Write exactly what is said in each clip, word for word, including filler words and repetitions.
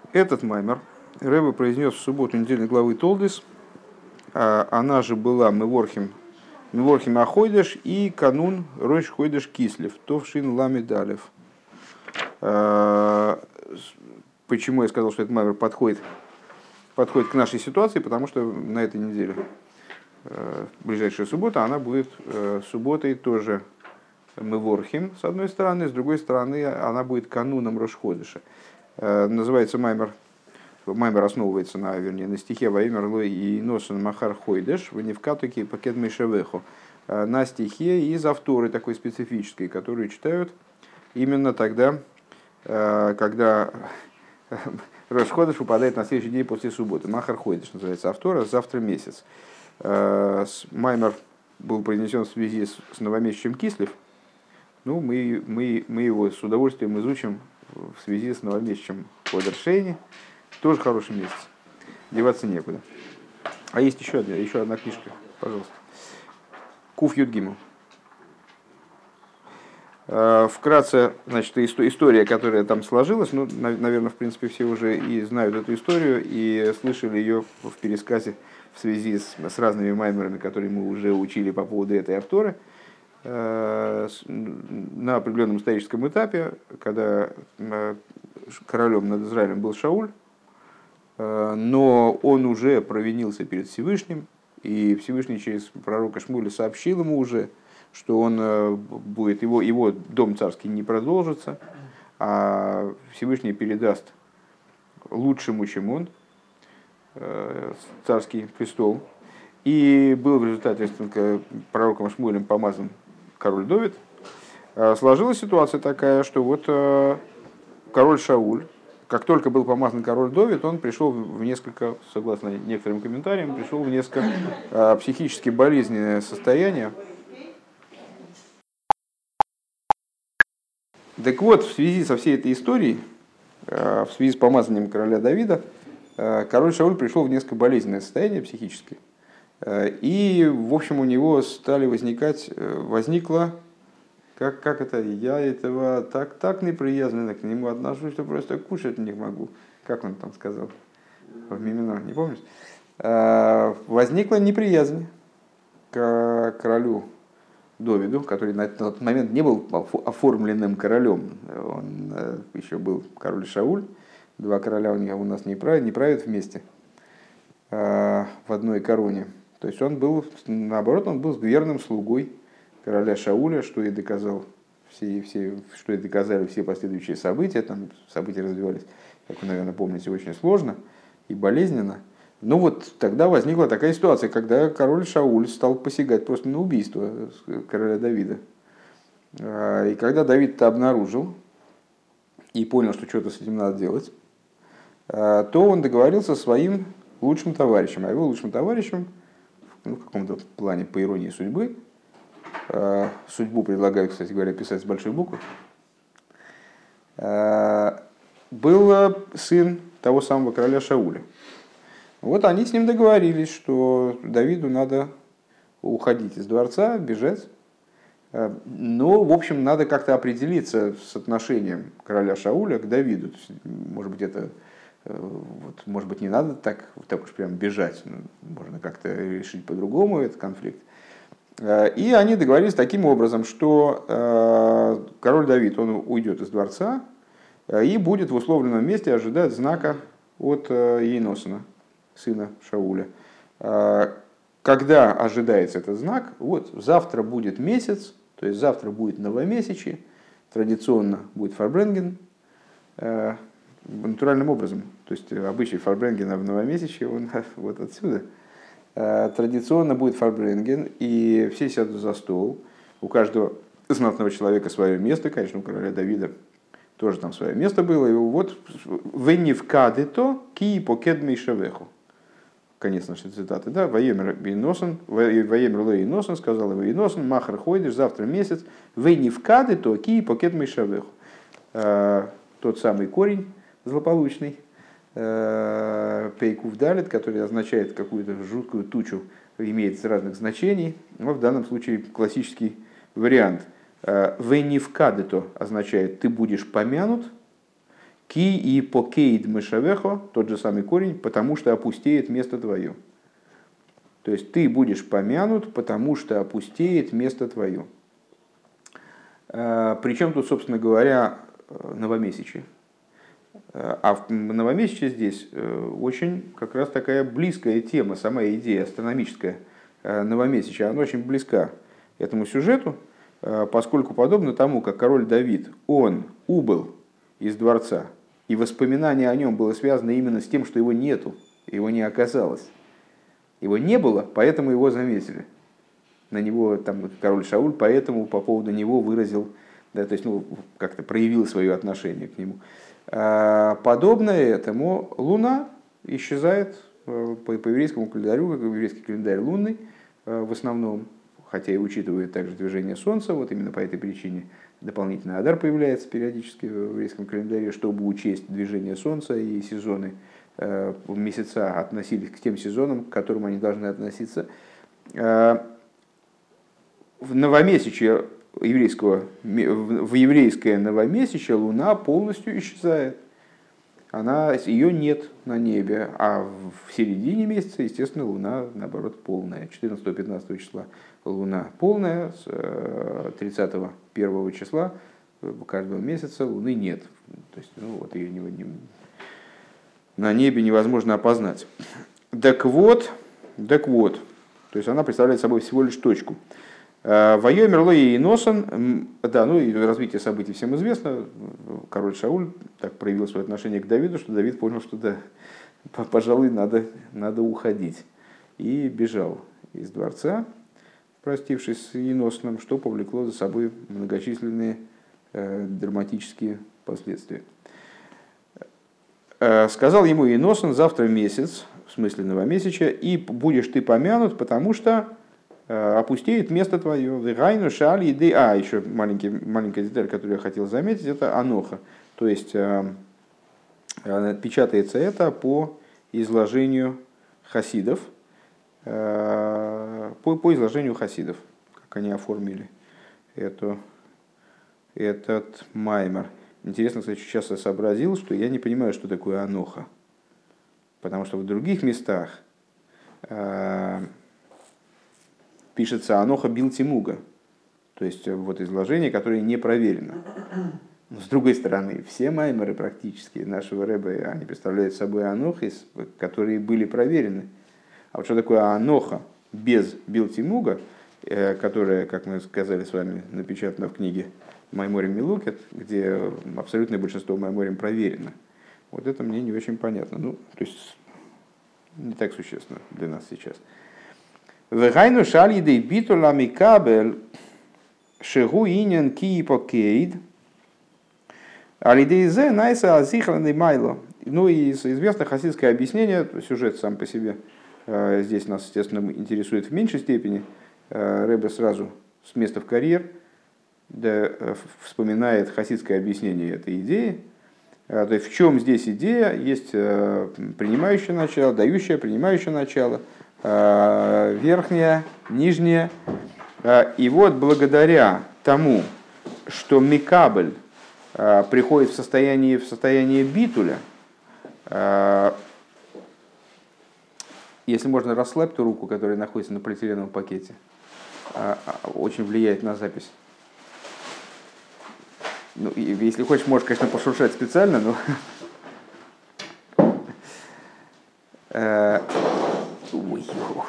Этот маймер Рэбе произнес в субботу недельной главы Толдис. Она же была Меворхим, Меворхим Ахойдеш и канун Ройш Хойдеш Кислев, Товшин Ламедалев. Почему я сказал, что этот маймер подходит, подходит к нашей ситуации? Потому что на этой неделе, ближайшая суббота, она будет субботой тоже Меворхим, с одной стороны, с другой стороны, она будет кануном Рош Ходеша. Называется маймер, маймер основывается на, вернее, на стихе «Ваимер лой и носен махар хойдеш в невкатуке пакет мишевеху», на стихе из авторы такой специфической, которую читают именно тогда, когда Рош Ходеш выпадает на следующий день после субботы. Махар хойдеш называется автора, завтра месяц. Маймер был произнесен в связи с новомесячем Кислев. Ну, мы, мы, мы его с удовольствием изучим в связи с новомесячем Ходершейни. Тоже хороший месяц. Деваться некуда. А есть еще одна, еще одна книжка, пожалуйста. Куф Юдгиму. Вкратце, значит, история, которая там сложилась, ну, наверное, в принципе, все уже и знают эту историю, и слышали ее в пересказе в связи с, с разными маймерами, которые мы уже учили по поводу этой авторы. На определенном историческом этапе, когда королем над Израилем был Шауль, но он уже провинился перед Всевышним, и Всевышний через пророка Шмуэля сообщил ему уже, что он будет, его, его дом царский не продолжится, а Всевышний передаст лучшему, чем он, царский престол. И был в результате пророком Шмуэлем помазан король Давид. Сложилась ситуация такая, что вот король Шауль, как только был помазан король Давид, он пришел в несколько, согласно некоторым комментариям, пришел в несколько психически болезненное состояние. Так вот, в связи со всей этой историей, в связи с помазанием короля Давида, король Шауль пришел в несколько болезненное состояние психическое. И, в общем, у него стали возникать, возникло, как, как это, я этого так, так неприязненно к нему отношусь, что просто кушать не могу. Как он там сказал? В Мимино, не помнишь? Возникла неприязнь к королю Давиду, который на тот момент не был оформленным королем. Он еще был король Шауль. Два короля у нас не правят, не правят вместе в одной короне. То есть он был, наоборот, он был верным слугой короля Шауля, что и доказал все, все, что и доказали все последующие события. Там события развивались, как вы, наверное, помните, очень сложно и болезненно. Но вот тогда возникла такая ситуация, когда король Шауль стал посягать просто на убийство короля Давида. И когда Давид это обнаружил и понял, что что-то с этим надо делать, то он договорился со своим лучшим товарищем. А его лучшим товарищем, ну, в каком-то плане, по иронии судьбы, судьбу предлагаю, кстати говоря, писать с большой буквы, был сын того самого короля Шауля. Вот они с ним договорились, что Давиду надо уходить из дворца, бежать. Но, в общем, надо как-то определиться с отношением короля Шауля к Давиду. То есть, может быть, это, вот, может быть, не надо так, так уж прям бежать. Можно как-то решить по-другому этот конфликт. И они договорились таким образом, что король Давид, он уйдет из дворца и будет в условленном месте ожидать знака от Ейносона, сына Шауля. Когда ожидается этот знак, вот завтра будет месяц, то есть завтра будет новомесячье, традиционно будет фарбренген, натуральным образом. То есть обычай фарбренгена в новомесячье, он вот отсюда. Традиционно будет фарбренген, и все сядут за стол. У каждого знатного человека свое место, конечно, у короля Давида тоже там свое место было. И вот «Венивкадето ки покедмей шавеху». Конец нашей цитаты. Да? «Ваемер Иносен, Ваемер лой Иносен», сказал его Иносен, «Махар хойдеш, завтра месяц, венивкадето ки покедмей шавеху». Тот самый корень злополучный, Пейкув Далит, который означает какую-то жуткую тучу, имеет разных значений, но в данном случае классический вариант. Венивкадето означает «ты будешь помянут», Ки и покейд мышавехо, тот же самый корень, потому что опустеет место твое. То есть ты будешь помянут, потому что опустеет место твое. Причем тут, собственно говоря, новомесячие. А в новомесячье здесь очень как раз такая близкая тема, сама идея астрономическая новомесячия, она очень близка этому сюжету, поскольку подобно тому, как король Давид, он убыл из дворца, и воспоминание о нем было связано именно с тем, что его нету, его не оказалось. Его не было, поэтому его заметили. На него там король Шауль, поэтому по поводу него выразил, да, то есть ну, как-то проявил свое отношение к нему. Подобное этому луна исчезает по, по еврейскому календарю, как еврейский календарь лунный в основном, хотя и учитывает также движение солнца, вот именно по этой причине дополнительный адар появляется периодически в еврейском календаре, чтобы учесть движение солнца и сезоны месяца относились к тем сезонам, к которым они должны относиться. В новомесячье еврейского, в еврейское новомесячье луна полностью исчезает. Она, ее нет на небе, а в середине месяца, естественно, луна, наоборот, полная. четырнадцатого-пятнадцатого числа луна полная, с тридцатого первого числа каждого месяца луны нет. То есть, ну, вот ее не, не, на небе невозможно опознать. Так вот, так вот, то есть она представляет собой всего лишь точку. Вайомер ло и носан, да, ну и развитие событий всем известно. Король Шауль так проявил свое отношение к Давиду, что Давид понял, что да, пожалуй, надо, надо уходить. И бежал из дворца, простившись с Еносом, что повлекло за собой многочисленные э, драматические последствия. Э, сказал ему Еносон: завтра месяц, в смысле новомесяча, и будешь ты помянут, потому что опустеет место твое. А, еще маленький, маленькая деталь, которую я хотел заметить, это аноха. То есть печатается это по изложению хасидов, по, по изложению хасидов, как они оформили эту, этот маймер. Интересно, кстати, сейчас я сообразил, что я не понимаю, что такое аноха. Потому что в других местах пишется аноха билтимуга, то есть вот изложение, которое не проверено. Но с другой стороны, все маймеры практически нашего рэбе, они представляют собой анохи, которые были проверены. А вот что такое аноха без билтимуга, которая, как мы сказали с вами, напечатана в книге Майморим Милукет, где абсолютное большинство майморим проверено. Вот это мне не очень понятно. Ну, то есть не так существенно для нас сейчас. Вегайну шалидей битула микабель шегу инен киипокейд алидейзе найса азихланный майло. Ну и известно хасидское объяснение, сюжет сам по себе здесь нас, естественно, интересует в меньшей степени. Рэбе сразу с места в карьер да, вспоминает хасидское объяснение этой идеи. То есть в чем здесь идея? Есть принимающее начало, дающее, принимающее начало, верхняя, нижняя. И вот благодаря тому, что микабль приходит в состояние, в состояние битуля, если можно, расслабь ту руку, которая находится на полиэтиленовом пакете, очень влияет на запись. Ну, если хочешь, можешь, конечно, пошуршать специально, но... Ой,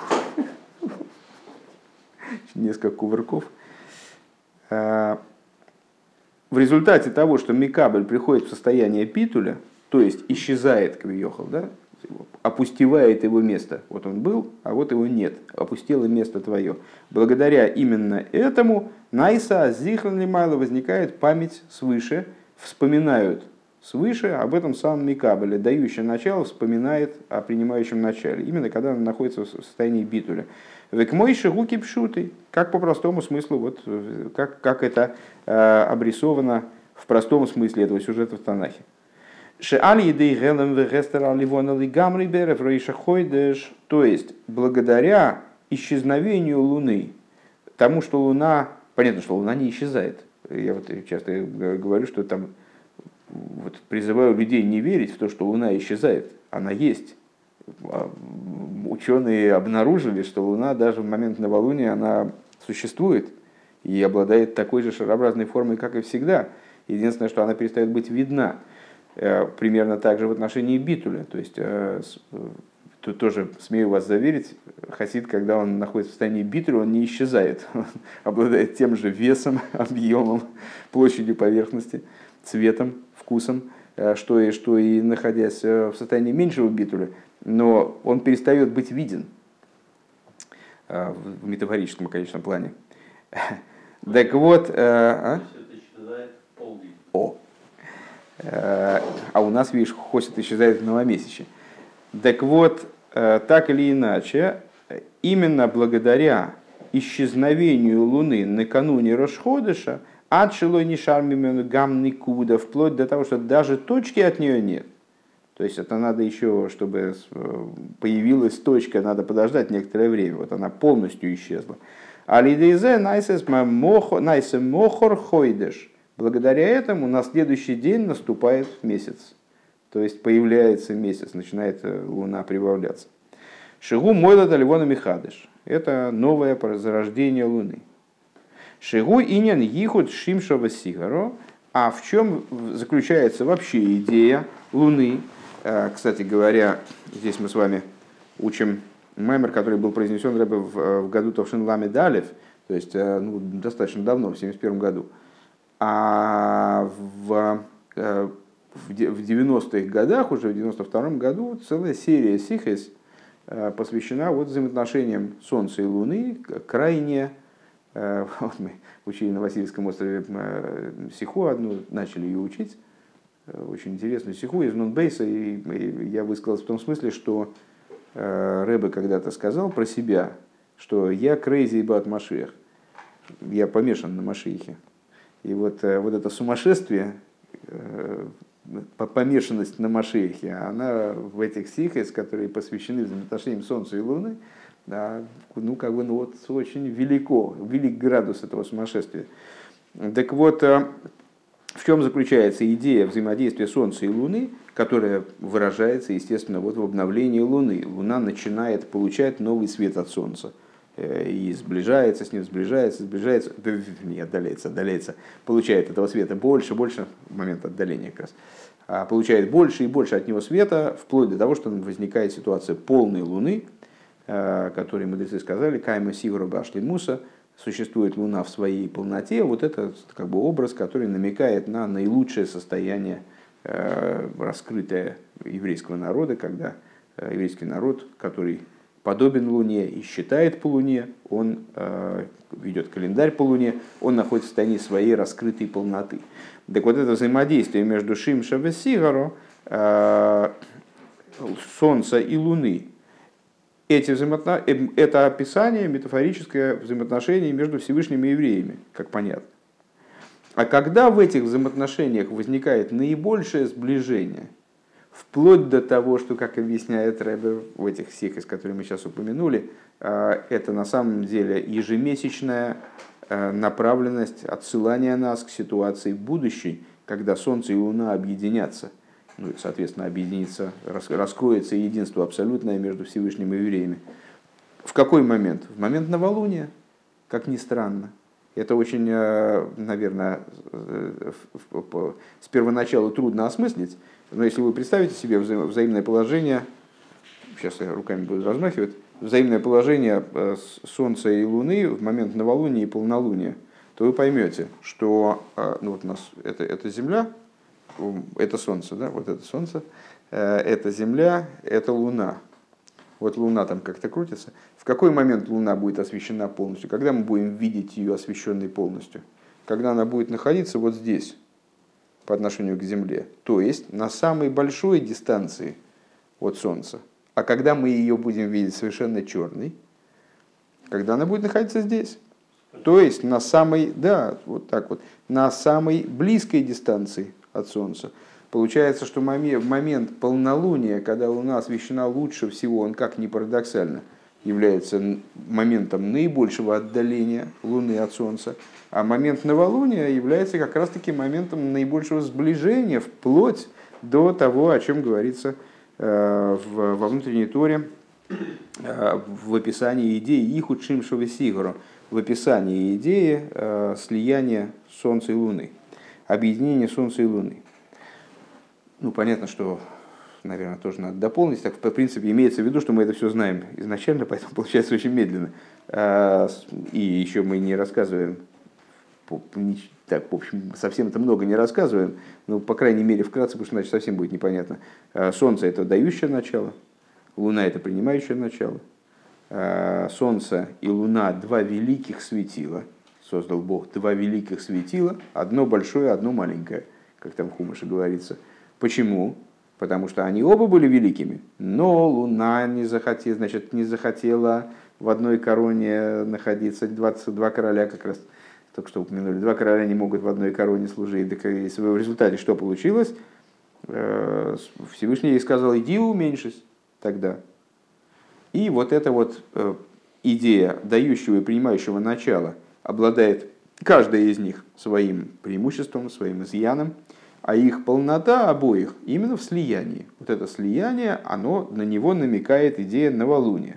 несколько кувырков. В результате того, что микабль приходит в состояние битуля, то есть исчезает квиёхал, да, опустевает его место. Вот он был, а вот его нет. Опустело место твое. Благодаря именно этому найса зихран лимайла возникает память свыше, вспоминают свыше об этом самом микабле. Дающее начало вспоминает о принимающем начале. Именно когда он находится в состоянии битуля. Век мой шигуки пшуты, как по простому смыслу, вот, как, как это э, обрисовано в простом смысле этого сюжета в Танахе. То есть, благодаря исчезновению Луны, тому, что Луна, понятно, что Луна не исчезает. Я вот часто говорю, что там вот, призываю людей не верить в то, что Луна исчезает. Она есть. Ученые обнаружили, что Луна даже в момент новолуния она существует и обладает такой же шарообразной формой, как и всегда. Единственное, что она перестает быть видна. Примерно так же в отношении битуля. То есть, тут тоже смею вас заверить, хасид, когда он находится в состоянии битуля, он не исчезает. Он обладает тем же весом, объемом, площадью поверхности, цветом, вкусом, что и, что и находясь в состоянии меньшего битуля. Но он перестает быть виден в метафорическом, конечно, плане. Так вот... А? О! А у нас, видишь, хосит исчезает в новомесяче. Так вот, так или иначе, именно благодаря исчезновению Луны накануне Рош-ходыша, отшилой ни шармимен гам никуда, вплоть до того, что даже точки от нее нет. То есть это надо еще, чтобы появилась точка, надо подождать некоторое время. Вот она полностью исчезла. Алидейзе найсес мохор хойдеш. Благодаря этому на следующий день наступает месяц. То есть появляется месяц, начинает Луна прибавляться. Шигу мойла таливона михадыш. Это новое зарождение Луны. Шигу иньян йихуд шимшова сигаро. А в чем заключается вообще идея Луны? Кстати говоря, здесь мы с вами учим мемер, который был произнесен Ребе в году Товшин Ламед Алеф, то есть ну, достаточно давно, в семьдесят первом году. А в, в девяностых годах, уже в девяносто втором году, целая серия сихес посвящена вот взаимоотношениям Солнца и Луны, крайне, вот мы учили на Васильевском острове сиху одну, начали ее учить, очень интересную сиху из Нунбейса, и я высказался в том смысле, что Ребе когда-то сказал про себя, что я crazy about Машиах, я помешан на Машиихе. И вот, вот это сумасшествие, помешанность на Машиахе, она в этих сихес, которые посвящены взаимоотношениям Солнца и Луны, да, ну, как бы, ну, вот, очень велико, велик градус этого сумасшествия. Так вот, в чем заключается идея взаимодействия Солнца и Луны, которая выражается, естественно, вот в обновлении Луны. Луна начинает получать новый свет от Солнца. И сближается с ним, сближается, сближается, не отдаляется, отдаляется, получает этого света больше, больше, в момент отдаления как раз, получает больше и больше от него света, вплоть до того, что возникает ситуация полной Луны, которой мудрецы сказали, кайма сигура башли муса, существует Луна в своей полноте. Вот это как бы образ, который намекает на наилучшее состояние раскрытое еврейского народа, когда еврейский народ, который подобен Луне и считает по Луне, он э, ведет календарь по Луне, он находится в состоянии своей раскрытой полноты. Так вот это взаимодействие между Шимша и Сигаро, э, Солнца и Луны, эти взаимоотно... это описание, метафорическое взаимоотношение между Всевышними и евреями, как понятно. А когда в этих взаимоотношениях возникает наибольшее сближение, вплоть до того, что, как объясняет Ребе в этих сихах, которые мы сейчас упомянули, это на самом деле ежемесячная направленность отсылания нас к ситуации будущей, когда Солнце и Луна объединятся, ну и, соответственно, объединится, раскроется единство абсолютное между Всевышним и евреями. В какой момент? В момент новолуния, как ни странно. Это очень, наверное, с первоначала трудно осмыслить, но если вы представите себе вза- взаимное положение, сейчас я руками буду размахивать, взаимное положение Солнца и Луны в момент новолуния и полнолуния, то вы поймете, что ну, вот у нас это, это Земля, это Солнце, да, вот это Солнце, это Земля, это Луна. Вот Луна там как-то крутится. В какой момент Луна будет освещена полностью? Когда мы будем видеть ее освещенной полностью? Когда она будет находиться вот здесь, по отношению к Земле, то есть на самой большой дистанции от Солнца. А когда мы ее будем видеть совершенно черной, когда она будет находиться здесь, то есть на самой, да, вот так вот, на самой близкой дистанции от Солнца. Получается, что в момент полнолуния, когда Луна освещена лучше всего, он как ни парадоксально, является моментом наибольшего отдаления Луны от Солнца, а момент новолуния является как раз-таки моментом наибольшего сближения вплоть до того, о чем говорится во внутренней Торе, в описании идеи «Ихуд Шимшова Сигуру», в описании идеи слияния Солнца и Луны, объединения Солнца и Луны. Ну, понятно, что, наверное, тоже надо дополнить. Так, в принципе, имеется в виду, что мы это все знаем изначально, поэтому получается очень медленно. И еще мы не рассказываем, так, в общем, совсем-то много не рассказываем, но, по крайней мере, вкратце, потому что иначе совсем будет непонятно. Солнце – это дающее начало, Луна – это принимающее начало. Солнце и Луна – два великих светила. Создал Бог два великих светила, одно большое, одно маленькое, как там в Хумаше говорится. Почему? Потому что они оба были великими, но Луна не захотела, значит, не захотела в одной короне находиться. двадцать два короля, как раз только что упомянули, два короля не могут в одной короне служить. Так в результате что получилось? Всевышний ей сказал: иди уменьшись тогда. И вот эта вот идея дающего и принимающего начала обладает каждая из них своим преимуществом, своим изъяном, а их полнота обоих именно в слиянии. Вот это слияние, оно, на него намекает идея новолуния.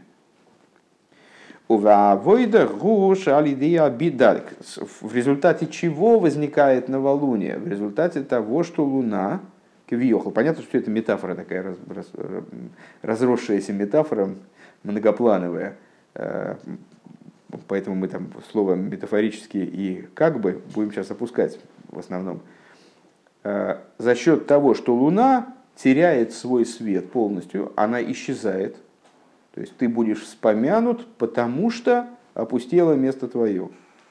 В результате чего возникает новолуние? В результате того, что Луна, квиохал, понятно, что это метафора такая, раз, раз, разросшаяся метафора, многоплановая, поэтому мы там слово метафорически и как бы будем сейчас опускать в основном. За счет того, что Луна теряет свой свет полностью, она исчезает. То есть ты будешь вспомянут, потому что опустело место твое.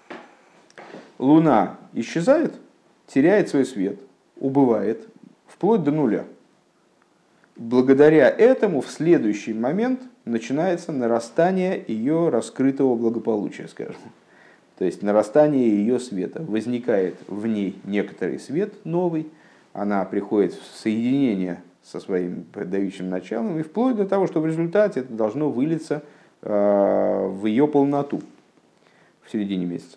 Луна исчезает, теряет свой свет, убывает, вплоть до нуля. Благодаря этому в следующий момент начинается нарастание ее раскрытого благополучия, скажем. То есть нарастание ее света. Возникает в ней некоторый свет новый, она приходит в соединение со своим дающим началом, и вплоть до того, что в результате это должно вылиться в ее полноту в середине месяца.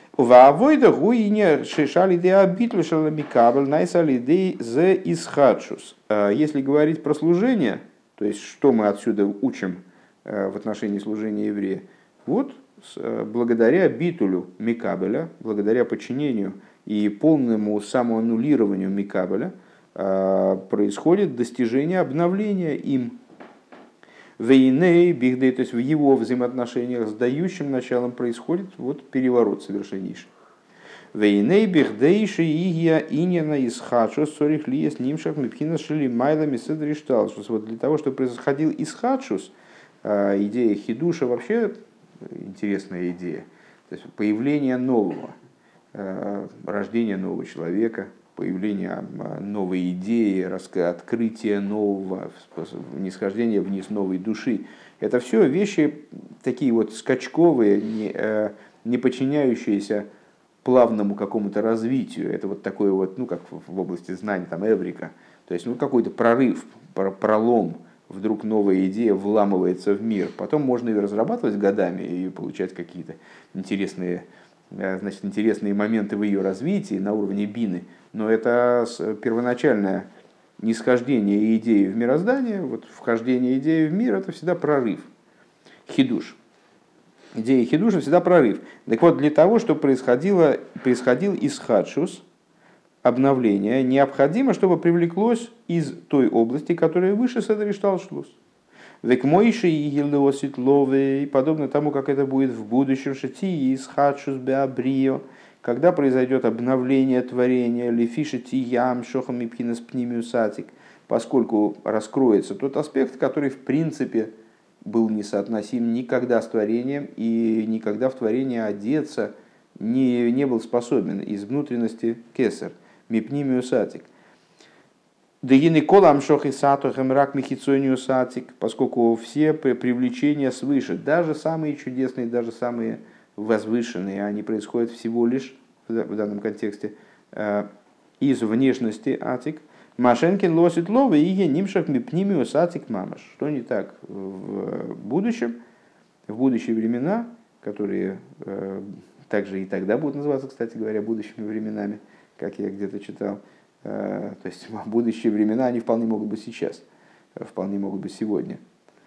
Если говорить про служение, то есть что мы отсюда учим в отношении служения еврея, вот благодаря битулю Микабеля, благодаря подчинению и полному самоаннулированию Микабеля происходит достижение обновления им. Вейней, бигдей, то есть в его взаимоотношениях с дающим началом происходит вот переворот совершеннейший. Вейней, бигдейши, игия, иньяна, исхадшус, сорих лиес, нимшах, мипхина, шили, майлами, седришталшус. Вот для того, чтобы происходил исхадшус, идея хидуша вообще интересная идея. То есть появление нового, рождение нового человека, появление новой идеи, открытие нового, нисхождение вниз новой души. Это все вещи такие вот скачковые, не, не подчиняющиеся плавному какому-то развитию. Это вот такое вот, ну как в области знаний, там эврика. То есть ну, какой-то прорыв, пролом. Вдруг новая идея вламывается в мир. Потом можно ее разрабатывать годами и получать какие-то интересные, значит, интересные моменты в ее развитии на уровне бины. Но это первоначальное нисхождение идеи в мироздание, вот вхождение идеи в мир, это всегда прорыв. Хидуш. Идея хидуша всегда прорыв. Так вот, для того, чтобы происходило, происходил исхадшус, обновление, необходимо, чтобы привлеклось из той области, которая выше седришталшлус. Век мойши и гилдеоситлове, подобно тому, как это будет в будущем, шати исхадшус беабрио, когда произойдет обновление творения, лефишити ям шохам и пхинас пнимиусатик, поскольку раскроется тот аспект, который в принципе был несоотносим никогда с творением и никогда в творение одеться не, не был способен из внутренности кесар, мипнимиусатик. Поскольку все привлечения свыше, даже самые чудесные, даже самые возвышенные, они происходят всего лишь в данном контексте из внешности атик. Машенкин лосит ловы и нимшах мипнимиус атик мамаш. Что не так в будущем? в будущие времена, которые э, также и тогда будут называться, кстати говоря, будущими временами, как я где-то читал, э, то есть будущие времена, они вполне могут быть сейчас, вполне могут быть сегодня,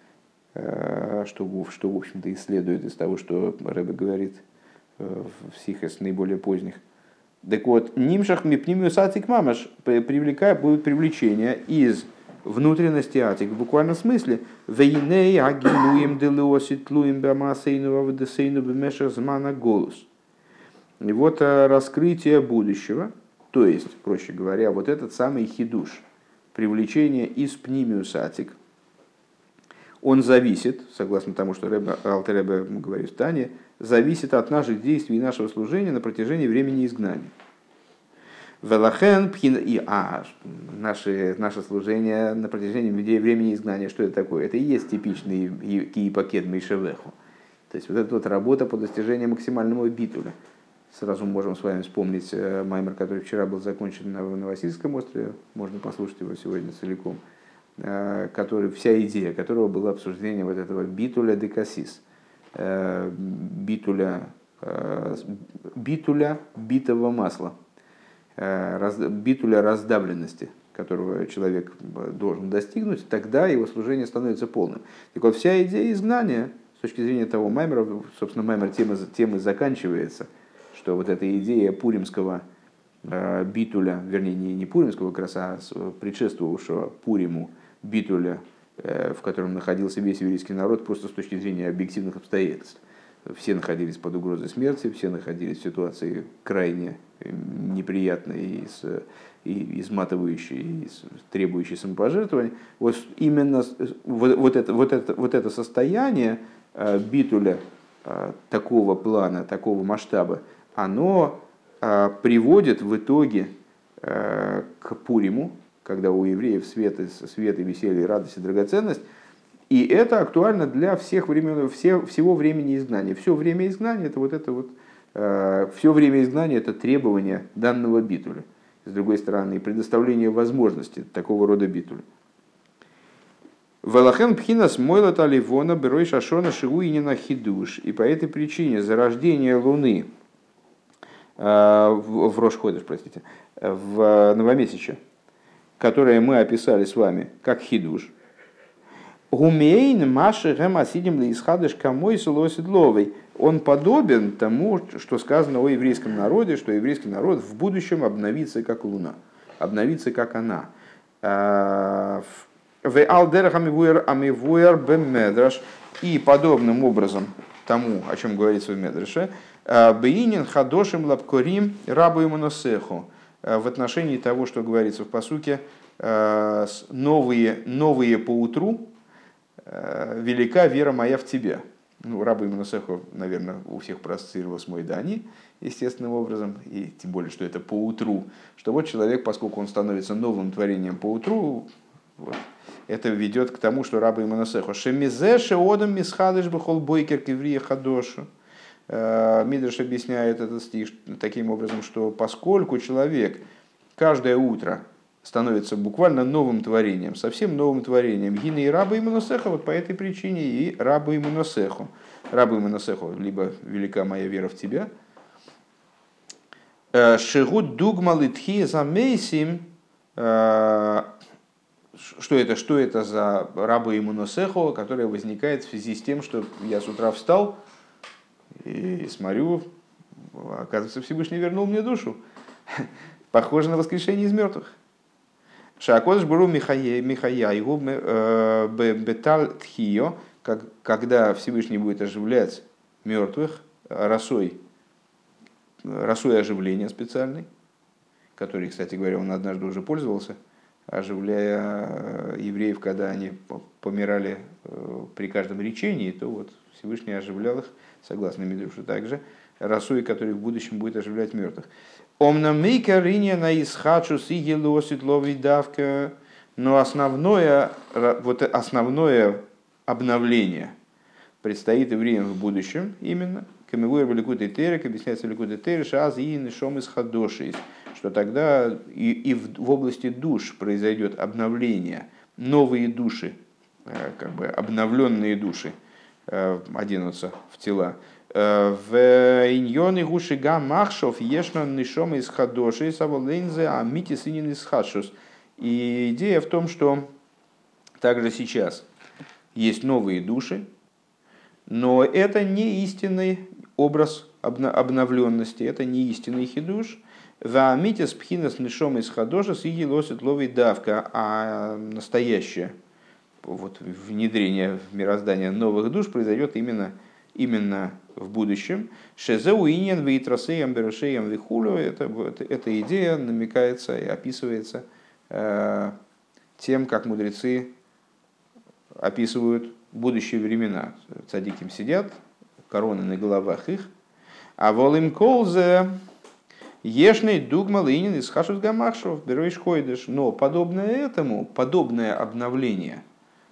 э, что, что, в общем-то, и следует из того, что Ребе говорит э, в стихах наиболее поздних. Так вот, нимшах мипнимиус атик мамаш привлекает, будет привлечение из внутренности атик, в буквальном смысле. Вейней агилуем делуоситлуем бамасейну авдесейну бемешах змана голос. И вот раскрытие будущего, то есть, проще говоря, вот этот самый хидуш, привлечение из пнимиус атик, он зависит, согласно тому, что Алтер Ребе говорит в Тане, зависит от наших действий и нашего служения на протяжении времени изгнания. Велахен пхин и а наше наше служение на протяжении времени изгнания, что это такое? Это и есть типичный киипакет мейшевеху. То есть вот эта вот работа по достижению максимального битуля. Сразу можем с вами вспомнить маймер, который вчера был закончен на Васильском острове, можно послушать его сегодня целиком, который, вся идея которого было обсуждение вот этого битуля декасис, битуля, битуля битого масла, битуля раздавленности, которого человек должен достигнуть, тогда его служение становится полным. Так вот, вся идея изгнания, с точки зрения того маймера, собственно, маймер темы, темы заканчивается, что вот эта идея пуримского битуля, вернее, не, не пуримского, как раз, а предшествовавшего Пуриму битуля, в котором находился весь еврейский народ, просто с точки зрения объективных обстоятельств. Все находились под угрозой смерти, все находились в ситуации крайне неприятной и, с, и изматывающей, и с, требующей самопожертвования. Вот именно вот, вот, это, вот, это, вот это состояние битуля такого плана, такого масштаба, оно приводит в итоге к Пуриму, когда у евреев свет, свет и веселье, радость и драгоценность. И это актуально для всех времен, все, всего времени изгнания. Все время изгнания это вот это вот, все время изгнания это требование данного битуля. С другой стороны, предоставление возможности такого рода битуля. Велахен пхинас мойлат аливона берой шашона шиуинина хидуш. И по этой причине зарождение Луны в, в Рош-Ходеш, простите, в новомесяче, которое мы описали с вами как хидуш, гумейн маши гемасидим лисхадыш камой солосидловой, он подобен тому, что сказано о еврейском народе, что еврейский народ в будущем обновится как луна, обновится как она. И подобным образом тому, о чем говорится в Медреше, бейнин хадошим лапкорим рабу имуносеху, в отношении того, что говорится в пасуке, новые, новые поутру, велика вера моя в тебя. Ну, рабу имуносеху, наверное, у всех проассоциировалось мой Дани, естественным образом, и тем более, что это поутру, что вот человек, поскольку он становится новым творением поутру, вот, это ведет к тому, что рабу имуносеху шемизе шеодам мисхадыш бхол бойкер киврия хадошу. Мидраш объясняет этот стих таким образом, что поскольку человек каждое утро становится буквально новым творением, совсем новым творением, гины и раба имуносеха, вот по этой причине и раба имуносеху. Раба имуносеху, либо велика моя вера в тебя. Шигут дугма литхи замейсим. Что это, что это за раба имуносеху, которая возникает в связи с тем, что я с утра встал и смотрю, оказывается, Всевышний вернул мне душу. Похоже на воскрешение из мертвых. Шакодыш буру Михая, его беталь тхио, когда Всевышний будет оживлять мертвых росой, росой оживления специальной, который, кстати говоря, он однажды уже пользовался, оживляя евреев, когда они помирали при каждом речении, то вот Всевышний оживлял их, согласно Мидрушу, также росой, который в будущем будет оживлять мертвых. Омнамейка риня на исхачу сигелосит лови давка, но основное, вот основное обновление предстоит евреям в будущем именно. Камевуэр великуты терек, объясняется великуты терек, шаз и нишом из хадошис, что тогда и, и в, в области душ произойдет обновление, новые души, как бы обновленные души, оденутся в тела. В иньоны гушига махшов ешно нишом из хадоши саволензе а митис инин из хашус. И идея в том, что также сейчас есть новые души, но это не истинный образ обновленности, это не истинный хидуш. В митис пхинас нишом из хадоши сиги лосит ловит давка, а настоящее вот, внедрение в мироздание новых душ произойдет именно, именно в будущем. Шезеуинен вейтрасеем берешеем вихулю. Это, эта идея намекается и описывается э, тем, как мудрецы описывают будущие времена. Цадиким сидят, короны на головах их. А волим колзе ешный дугма линин из хашус гамахшов берешь хойдеш. Но подобное этому, подобное обновление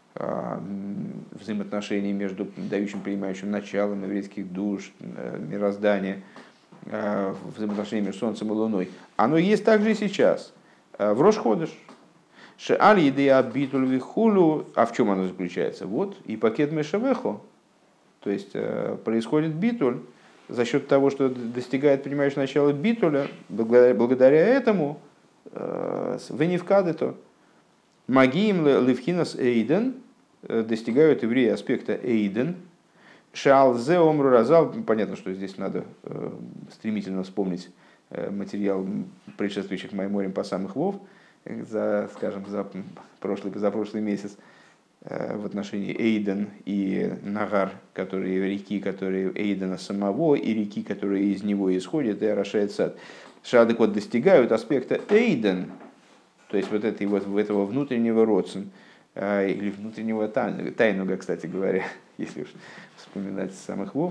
взаимоотношений между дающим и принимающим началом еврейских душ, мироздания, взаимоотношения между Солнцем и Луной, оно есть также и сейчас, в Рош ходеш. Шеаль идея битуль вихулю, а в чем оно заключается? Вот, и пакет мешавехо, то есть происходит битуль за счет того, что достигает принимающего начала битуля, благодаря, благодаря этому веневкадето магиим левхинас эйден, достигают евреи аспекта эйден. Шаалзе омру разал. Понятно, что здесь надо стремительно вспомнить материал предшествующих Майморим по самых вов за, скажем, за прошлый, за прошлый месяц в отношении Эйден и Нагар, которые реки, которые Эйдена самого, и реки, которые из него исходят, и орошает сад. Шадык вот достигают аспекта Эйден, то есть вот этой вот этого внутреннего родствен, или внутреннего тайнуга, кстати говоря, если уж вспоминать самых вов.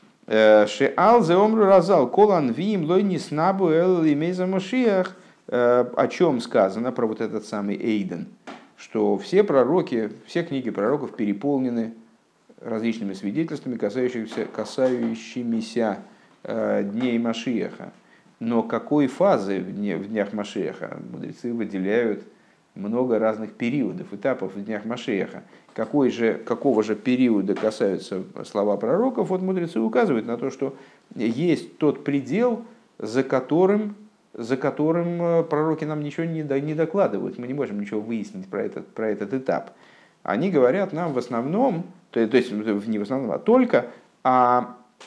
Шеал зе омру разал колан вим лой не снабу эл имейза машиях. О чем сказано про вот этот самый Эйден, что все пророки, все книги пророков переполнены различными свидетельствами, касающимися, касающимися дней Машиаха. Но какой фазы в днях Машиаха мудрецы выделяют много разных периодов, этапов в днях Машиаха. Какой же, какого же периода касаются слова пророков, вот мудрецы указывают на то, что есть тот предел, за которым, за которым пророки нам ничего не, не докладывают, мы не можем ничего выяснить про этот, про этот этап. Они говорят нам в основном, то, то есть не в основном, а только о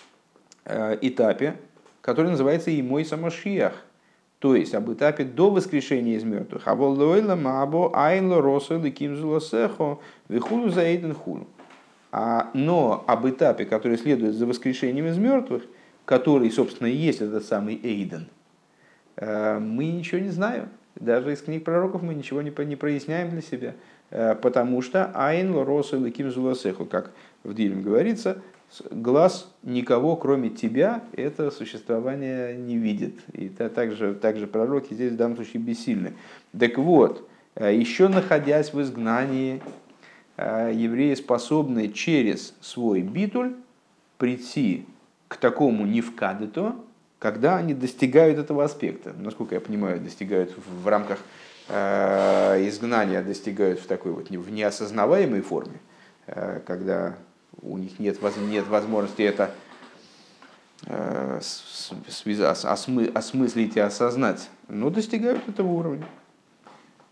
этапе, который называется «Имой Самашиах», то есть об этапе до воскрешения из мертвых. Но об этапе, который следует за воскрешением из мертвых, который, собственно, и есть этот самый Эйден, мы ничего не знаем. Даже из книг пророков мы ничего не проясняем для себя. Потому что «Айн лороса ликим зуласеху», как в Дилем говорится, глаз никого, кроме тебя, это существование не видит. И также, также пророки здесь в данном случае бессильны. Так вот, еще находясь в изгнании, евреи способны через свой битуль прийти к такому невкадето, когда они достигают этого аспекта. Насколько я понимаю, достигают в рамках изгнания, достигают в такой вот в неосознаваемой форме, когда у них нет, нет возможности это э, осмыслить и осознать, но достигают этого уровня.